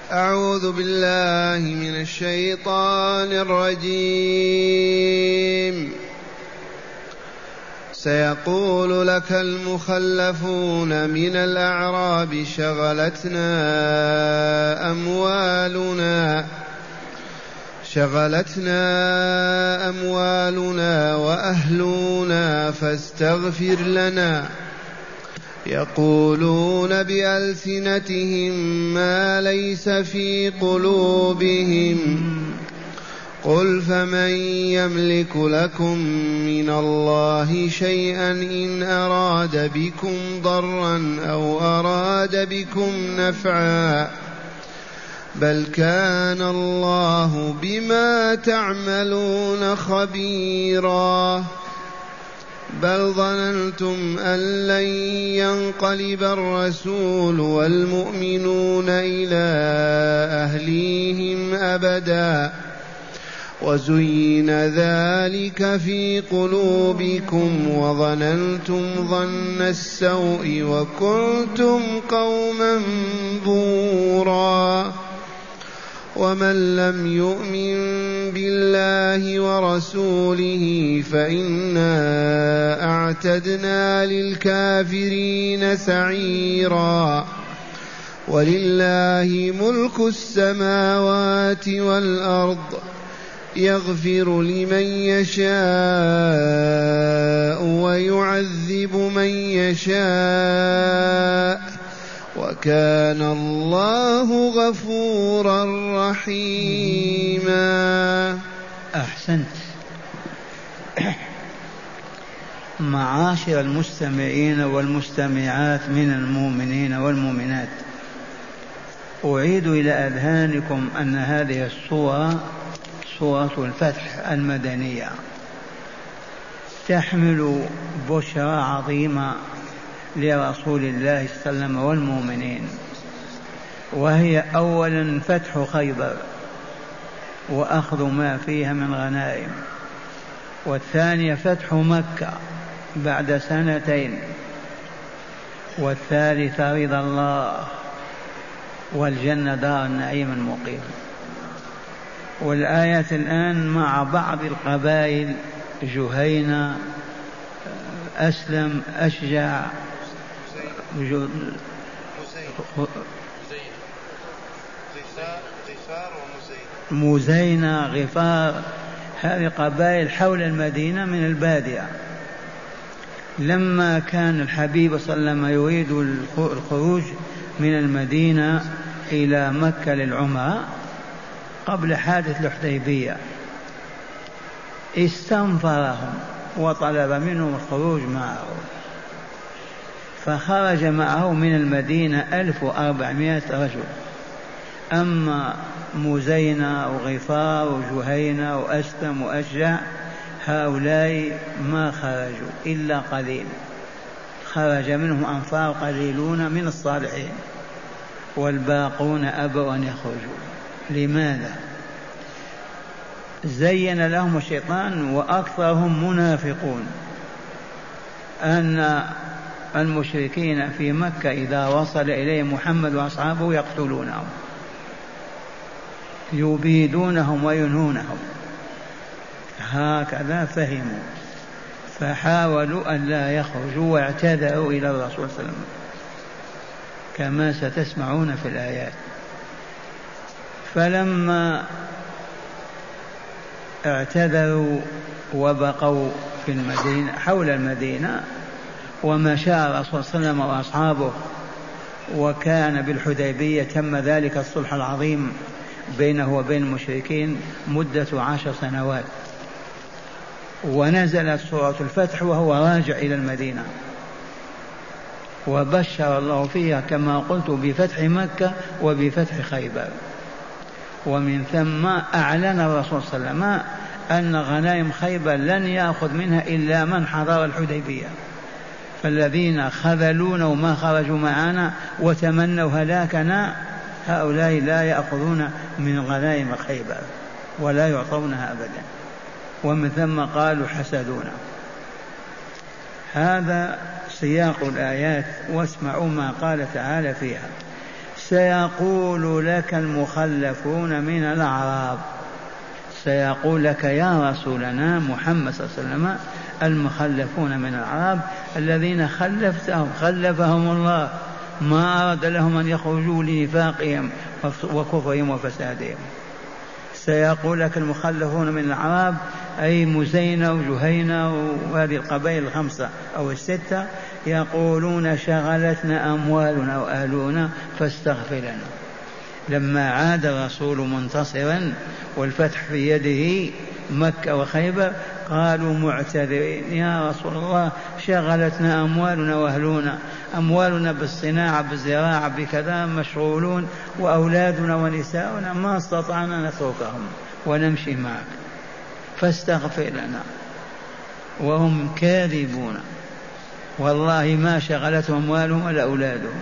أعوذ بالله من الشيطان الرجيم. سيقول لك المخلفون من الأعراب شغلتنا أموالنا وأهلنا فاستغفر لنا. يقولون بألسنتهم ما ليس في قلوبهم. قل فمن يملك لكم من الله شيئا إن أراد بكم ضرا أو أراد بكم نفعا بل كان الله بما تعملون خبيرا. بل ظننتم أن لن ينقلب الرسول والمؤمنون إلى أهليهم أبدا وزين ذلك في قلوبكم وظننتم ظن السوء وكنتم قوما بورا. ومن لم يؤمن بالله ورسوله فإنا أعتدنا للكافرين سعيرا. ولله ملك السماوات والأرض يغفر لمن يشاء ويعذب من يشاء وكان الله غفورا رحيما. أحسنت. معاشر المستمعين والمستمعات من المؤمنين والمؤمنات، أعيد إلى أذهانكم أن هذه الصورة سورة الفتح المدنية تحمل بشرى عظيمة لرسول الله صلى الله عليه وسلم والمؤمنين، وهي أولا فتح خيبر وأخذ ما فيها من غنائم، والثانية فتح مكة بعد 2 والثالثة رضا الله والجنة دار النعيم المقيم. والآيات الآن مع بعض القبائل: جهينة، أسلم، أشجع، مزينة، غفار، هذه قبائل حول المدينة من البادية. لما كان الحبيب صلى الله عليه وسلم يريد الخروج من المدينة إلى مكة للعمرة قبل حادث الحديبية استنفرهم وطلب منهم الخروج معه، فخرج معه من المدينة 1400 رجل. أما مزينة وغفار وجهينة وأسلم وأشجع هؤلاء ما خرجوا إلا قليل، خرج منهم أنفار قليلون من الصالحين، والباقون أبوا أن يخرجوا. لماذا؟ زين لهم الشيطان وأكثرهم منافقون أن المشركين في مكة إذا وصل إليه محمد وأصحابه يقتلونهم، يبيدونهم وينهونهم. هكذا فهموا، فحاولوا أن لا يخرجوا واعتذروا إلى الرسول صلى الله عليه وسلم كما ستسمعون في الآيات. فلما اعتذروا وبقوا في المدينة حول المدينة، ومشى الرسول صلى الله عليه وسلم وأصحابه، وكان بالحديبية تم ذلك الصلح العظيم بينه وبين المشركين مدة 10 سنوات، ونزلت سورة الفتح وهو راجع إلى المدينة، وبشر الله فيها كما قلت بفتح مكة وبفتح خيبر. ومن ثم أعلن الرسول صلى الله عليه وسلم أن غنائم خيبر لن يأخذ منها إلا من حضر الحديبية، فالذين خذلون وما خرجوا معنا وتمنوا هلاكنا هؤلاء لا يأخذون من غنائم خيبر ولا يعطونها أبدا، ومن ثم قالوا حسدونا. هذا سياق الآيات، واسمعوا ما قال تعالى فيها: سيقول لك المخلفون من الأعراب، سيقول لك يا رسولنا محمد صلى الله عليه وسلم المخلفون من الأعراب الذين خلفهم الله، ما أراد لهم أن يخرجوا لنفاقهم وكفرهم وفسادهم. سيقول لك المخلفون من الأعراب أي مزينة وجهينة وهذه القبائل الخمسة أو الستة، يقولون شغلتنا أموالنا وأهلنا فاستغفر لنا. لما عاد الرسول منتصرا والفتح في يده مكة وخيبر قالوا معتذرين يا رسول الله شغلتنا أموالنا وأهلنا، أموالنا بالصناعة بالزراعة بكذا مشغولون، وأولادنا ونساؤنا ما استطعنا نتركهم ونمشي معك فاستغفر لنا. وهم كاذبون، والله ما شغلتهم أموالهم ولا أولادهم،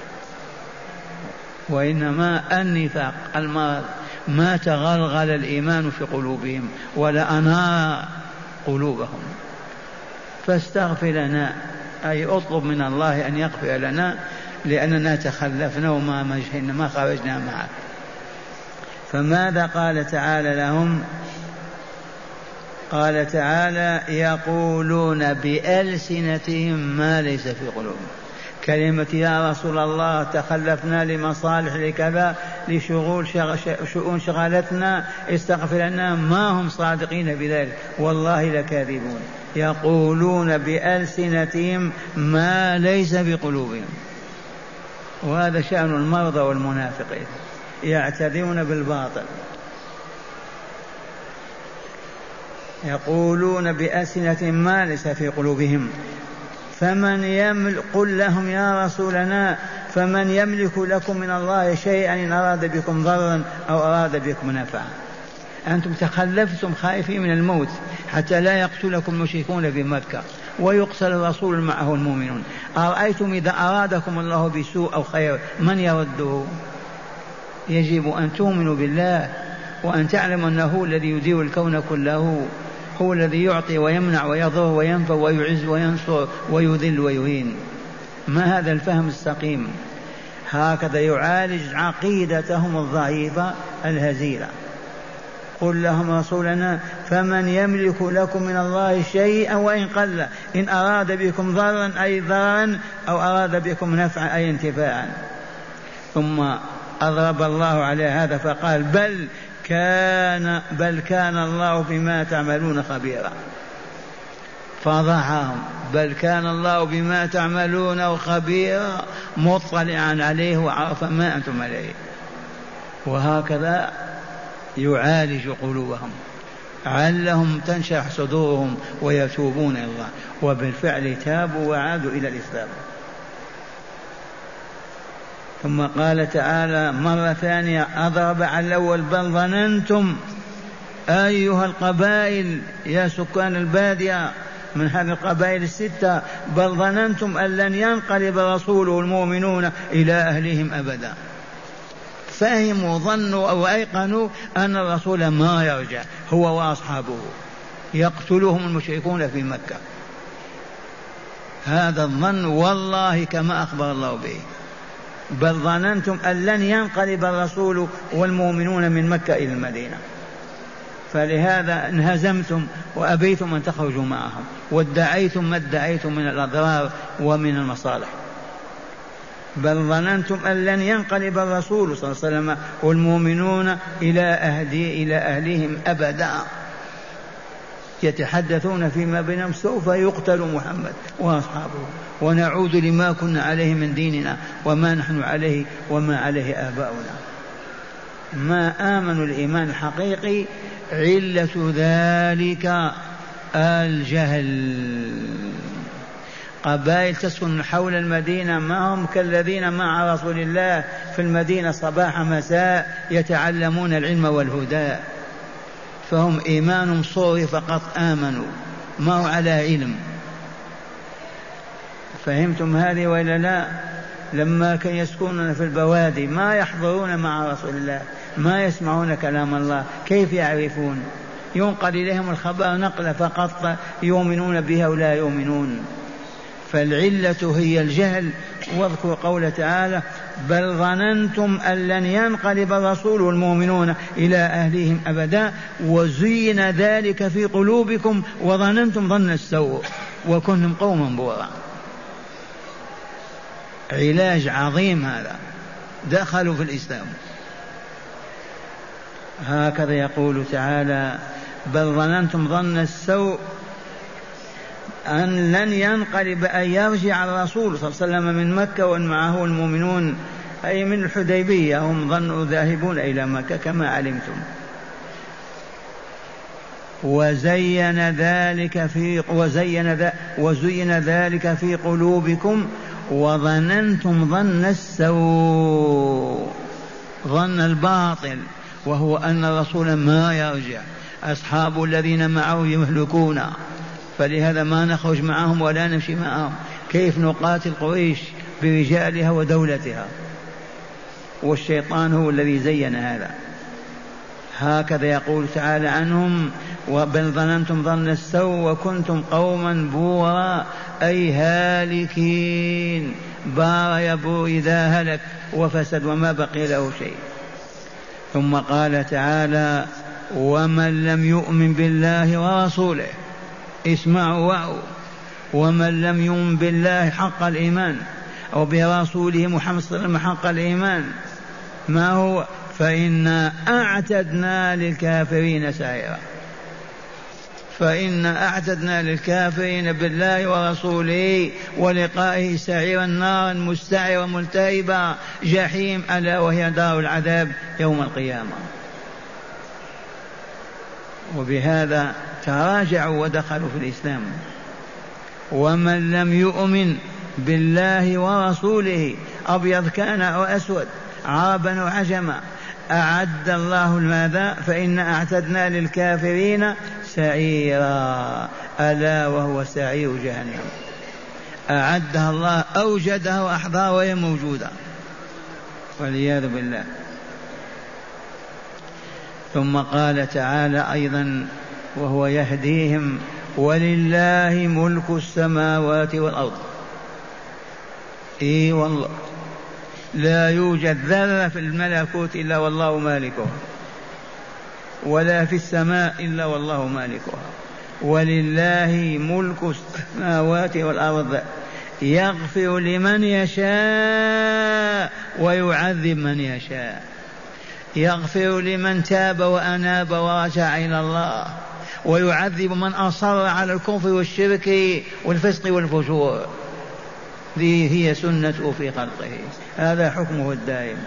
وإنما النفاق المرض، ما تغلغل الإيمان في قلوبهم ولا أنار قلوبهم. فاستغفر لنا أي أطلب من الله أن يغفر لنا لأننا تخلفنا وما مجهنا ما خرجنا معك. فماذا قال تعالى لهم؟ قال تعالى يقولون بألسنتهم ما ليس في قلوبهم. كلمة يا رسول الله تخلفنا لمصالح لكذا لشغول شؤون شغلتنا استغفر لنا، ما هم صادقين بذلك، والله لكاذبون. يقولون بألسنتهم ما ليس بقلوبهم، وهذا شأن المرضى والمنافقين، يعتذرون بالباطل. يقولون بألسنتهم ما ليس في قلوبهم. فمن يملك قل لهم يا رسولنا فمن يملك لكم من الله شيئا إن أراد بكم ضرا أو أراد بكم نفعا. أنتم تخلفتم خائفين من الموت حتى لا يقتلكم المشركون في مكة ويقتل الرسول معه المؤمنون. أرأيتم إذا أرادكم الله بسوء أو خير من يرده؟ يجب أن تؤمنوا بالله وأن تعلموا أنه الذي يدير الكون كله، هو الذي يعطي ويمنع ويضر وينفع ويعز وينصر ويذل ويهين. ما هذا الفهم السقيم؟ هكذا يعالج عقيدتهم الضعيفة الهزيلة. قل لهم رسولنا فمن يملك لكم من الله شيئا وإن قل إن أراد بكم ضرا أي ضرا أو أراد بكم نفعا أي انتفاعا. ثم أضرب الله على هذا فقال بل كان الله بما تعملون خبيرا. فضحهم بل كان الله بما تعملون خبيرا مطلعا عليه وعرف ما أنتم عليه. وهكذا يعالج قلوبهم علهم تنشرح صدورهم ويتوبون إلى الله، وبالفعل تابوا وعادوا إلى الإسلام. ثم قال تعالى مرة ثانية أضرب على الأول بل ظننتم أيها القبائل يا سكان البادية من هذه القبائل الستة، بل ظننتم أن لن ينقلب الرسول والمؤمنون إلى أهلهم أبدا. فهموا ظنوا أو أيقنوا أن الرسول ما يرجع هو وأصحابه، يقتلهم المشركون في مكة. هذا الظن والله كما أخبر الله به. بل ظننتم أن لن ينقلب الرسول والمؤمنون من مكة إلى المدينة، فلهذا انهزمتم وأبيتم أن تخرجوا معهم وادعيتم ما ادعيتم من الأضرار ومن المصالح. بل ظننتم أن لن ينقلب الرسول صلى الله عليه وسلم والمؤمنون إلى أهلهم أبدا. يتحدثون فيما بينهم سوف يقتل محمد وأصحابه ونعود لما كنا عليه من ديننا وما نحن عليه وما عليه آباؤنا. ما آمنوا الإيمان الحقيقي، علة ذلك الجهل. قبائل تسكن حول المدينة ما هم كالذين مع رسول الله في المدينة صباح مساء يتعلمون العلم والهدى، فهم إيمانهم صوري فقط آمنوا ما هو على علم. فهمتم هذه وإلا لا؟ لما كانوا يسكنون في البوادي ما يحضرون مع رسول الله، ما يسمعون كلام الله، كيف يعرفون؟ ينقل إليهم الخبر نقل فقط، يؤمنون بها ولا يؤمنون. فالعلة هي الجهل واذكر قول تعالى بل ظننتم أن لن ينقلب الرسول والمؤمنون إلى أهليهم أبدا وزين ذلك في قلوبكم وظننتم ظن السوء وكنتم قوما بورا. علاج عظيم هذا، دخلوا في الإسلام. هكذا يقول تعالى بل ظننتم ظن السوء أن لن ينقلب أن يرجع الرسول صلى الله عليه وسلم من مكة وأن معه المؤمنون أي من الحديبية، هم ظنوا ذاهبون إلى مكة كما علمتم. وزين ذلك في قلوبكم وظننتم ظن السوء، ظن الباطل، وهو أن الرسول ما يرجع، أصحاب الذين معه يهلكون، فلهذا ما نخرج معهم ولا نمشي معهم. كيف نقاتل قريش برجالها ودولتها؟ والشيطان هو الذي زين هذا. هكذا يقول تعالى عنهم بل ظننتم ظن السوء وكنتم قوما بورا أي هالكين. بار يبور إذا هلك وفسد وما بقي له شيء. ثم قال تعالى ومن لم يؤمن بالله ورسوله، اسمعوا وعوا، ومن لم يؤمن بالله حق الإيمان أو برسوله محمد صلى الله عليه وسلم حق الإيمان ما هو فإنا أعتدنا للكافرين سعيرا. فإنا أعتدنا للكافرين بالله ورسوله ولقائه سعيرا نارا مستعرا ملتهبا جحيم ألا وهي دار العذاب يوم القيامة. وبهذا تراجعوا ودخلوا في الإسلام. ومن لم يؤمن بالله ورسوله أبيض كان أو أسود عربا وعجما أعد الله ماذا فإن أعتدنا للكافرين سعيرا ألا وهو سعير جهنم. أعدها الله أوجدها وأحضرها وهي موجودة والعياذ بالله. ثم قال تعالى أيضا وهو يهديهم ولله ملك السماوات والأرض. إي والله لا يوجد ذرة في الملكوت إلا والله مالكها، ولا في السماء إلا والله مالكها. ولله ملك السماوات والأرض يغفر لمن يشاء ويعذب من يشاء. يغفر لمن تاب وأناب ورجع إلى الله، ويعذب من أصر على الكفر والشرك والفسق والفجور. ذي هي سنته في خلقه، هذا حكمه الدائم.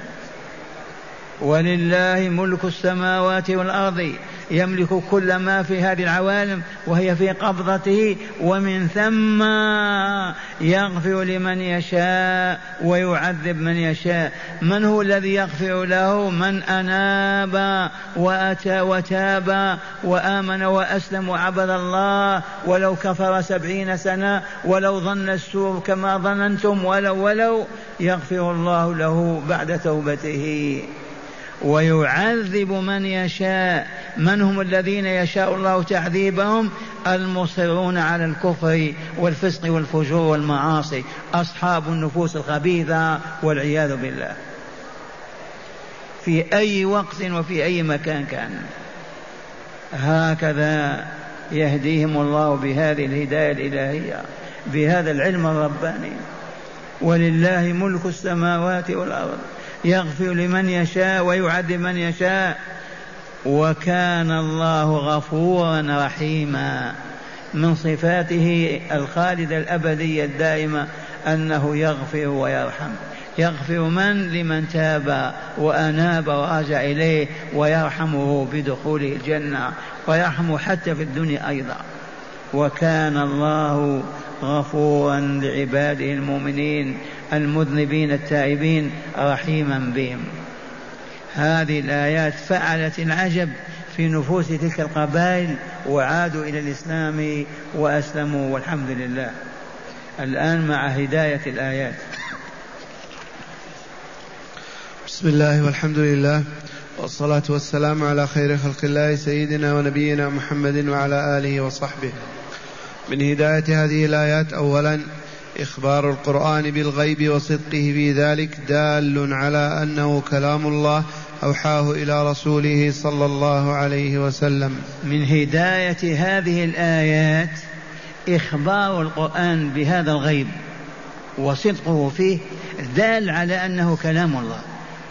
ولله ملك السماوات والأرض يملك كل ما في هذه العوالم وهي في قبضته، ومن ثم يغفر لمن يشاء ويعذب من يشاء. من هو الذي يغفر له؟ من أناب وأتى وتاب وآمن وأسلم وعبد الله ولو كفر 70 سنة ولو ظن السوء كما ظننتم ولو يغفر الله له بعد توبته. ويعذب من يشاء. من هم الذين يشاء الله تعذيبهم؟ المصرون على الكفر والفسق والفجور والمعاصي، أصحاب النفوس الخبيثة والعياذ بالله، في أي وقت وفي أي مكان كان. هكذا يهديهم الله بهذه الهداية الإلهية، بهذا العلم الرباني. ولله ملك السماوات والأرض يغفر لمن يشاء ويعذب من يشاء وكان الله غفورا رحيما. من صفاته الخالدة الأبدية الدائمة أنه يغفر ويرحم. يغفر من؟ لمن تاب وأناب ورجع إليه، ويرحمه بدخوله الجنة، ويرحمه حتى في الدنيا أيضا. وكان الله غفورا لعباده المؤمنين المذنبين التائبين رحيما بهم. هذه الآيات فعلت العجب في نفوس تلك القبائل وعادوا إلى الإسلام وأسلموا والحمد لله. الآن مع هداية الآيات. بسم الله والحمد لله والصلاة والسلام على خير خلق الله سيدنا ونبينا محمد وعلى آله وصحبه. من هداية هذه الآيات أولا إخبار القرآن بالغيب وصدقه في ذلك دال على أنه كلام الله أوحاه إلى رسوله صلى الله عليه وسلم. من هداية هذه الآيات إخبار القرآن بهذا الغيب وصدقه فيه دال على أنه كلام الله.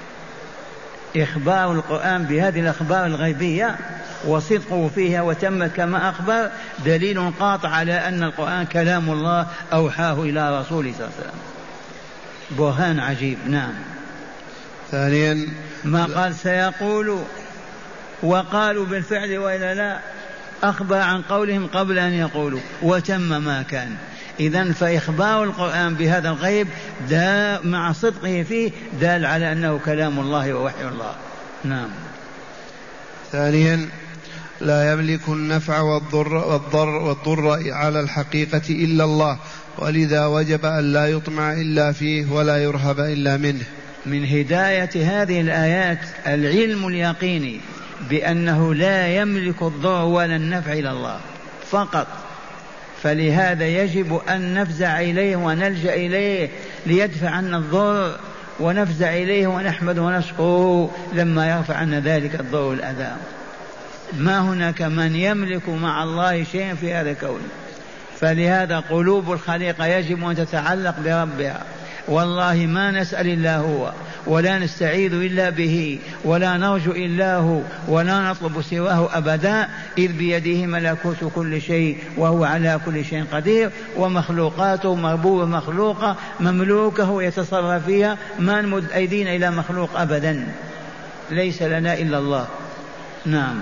إخبار القرآن بهذه الأخبار الغيبية وصدقه فيها وتمت كما أخبر دليل قاطع على أن القرآن كلام الله أوحاه إلى رسوله صلى الله عليه وسلم. برهان عجيب. نعم. ثانيا ما قال سيقول وقالوا بالفعل وإلا لا، أخبر عن قولهم قبل أن يقولوا وتم ما كان. إذن فإخبار القرآن بهذا الغيب مع صدقه فيه دال على أنه كلام الله ووحي الله. نعم. ثانيا لا يملك النفع والضر على الحقيقة إلا الله، ولذا وجب أن لا يطمع إلا فيه ولا يرهب إلا منه. من هداية هذه الآيات العلم اليقيني بأنه لا يملك الضر ولا النفع إلى الله فقط، فلهذا يجب أن نفزع إليه ونلجأ إليه ليدفع عنا الضر، ونفزع إليه ونحمد ونشكره لما يرفع عنا ذلك الضر والأذى. ما هناك من يملك مع الله شيئا في هذا الكون، فلهذا قلوب الخليقة يجب أن تتعلق بربها. والله ما نسأل إلا هو، ولا نستعيذ إلا به، ولا نرجو إلا هو، ولا نطلب سواه أبدا، إذ بيده ملكوت كل شيء وهو على كل شيء قدير، ومخلوقاته مربوبة مخلوقة مملوكه يتصرف فيها، ما نمد أيدينا إلى مخلوق أبدا، ليس لنا إلا الله. نعم.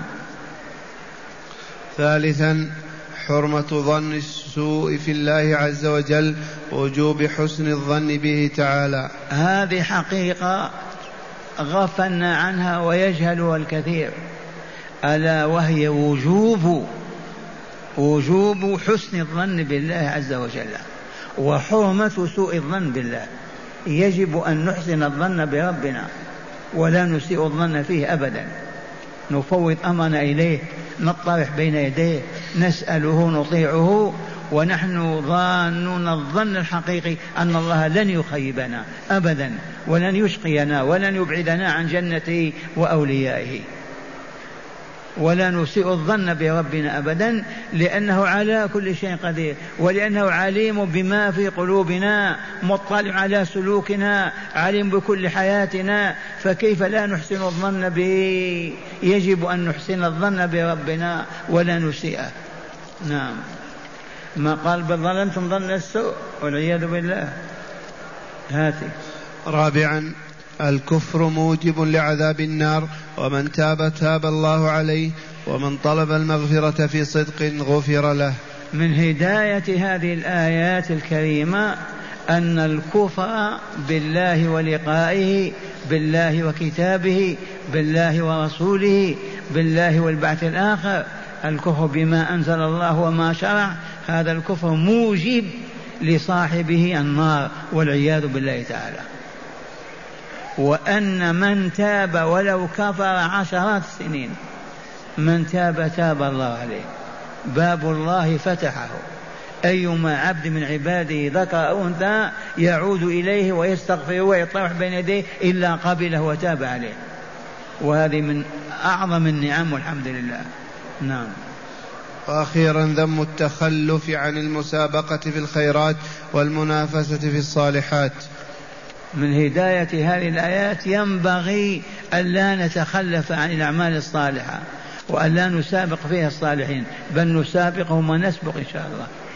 ثالثا حرمة ظن السوء في الله عز وجل، ووجوب حسن الظن به تعالى. هذه حقيقة غفلنا عنها ويجهلها الكثير، ألا وهي وجوب حسن الظن بالله عز وجل وحرمة سوء الظن بالله. يجب أن نحسن الظن بربنا ولا نسيء الظن فيه أبدا، نفوض أمرنا إليه، نطرح بين يديه، نسأله، نطيعه، ونحن ظانون الظن الحقيقي أن الله لن يخيبنا أبدا، ولن يشقينا، ولن يبعدنا عن جنته وأوليائه. ولا نسيء الظن بربنا أبدا، لأنه على كل شيء قدير، ولأنه عليم بما في قلوبنا، مطلع على سلوكنا، عليم بكل حياتنا، فكيف لا نحسن الظن به؟ يجب أن نحسن الظن بربنا ولا نسيئه. نعم. ما قال بل ظننتم ظن السوء والعياذ بالله. هاتي. رابعا الكفر موجب لعذاب النار، ومن تاب تاب الله عليه، ومن طلب المغفرة في صدق غفر له. من هداية هذه الآيات الكريمة أن الكفر بالله ولقائه، بالله وكتابه، بالله ورسوله، بالله والبعث الآخر، الكفر بما أنزل الله وما شرع، هذا الكفر موجب لصاحبه النار والعياذ بالله تعالى. وأن من تاب ولو كفر 10 سنين، من تاب تاب الله عليه، باب الله فتحه، أيما عبد من عباده ذكر أو أنثى يعود إليه ويستغفر ويطرح بين يديه إلا قبله وتاب عليه، وهذه من أعظم النعم والحمد لله. نعم. وأخيرا ذم التخلف عن المسابقة في الخيرات والمنافسة في الصالحات. من هداية هذه الآيات ينبغي ألا نتخلف عن الأعمال الصالحة وألا نسابق فيها الصالحين، بل نسابقهم ونسبق إن شاء الله.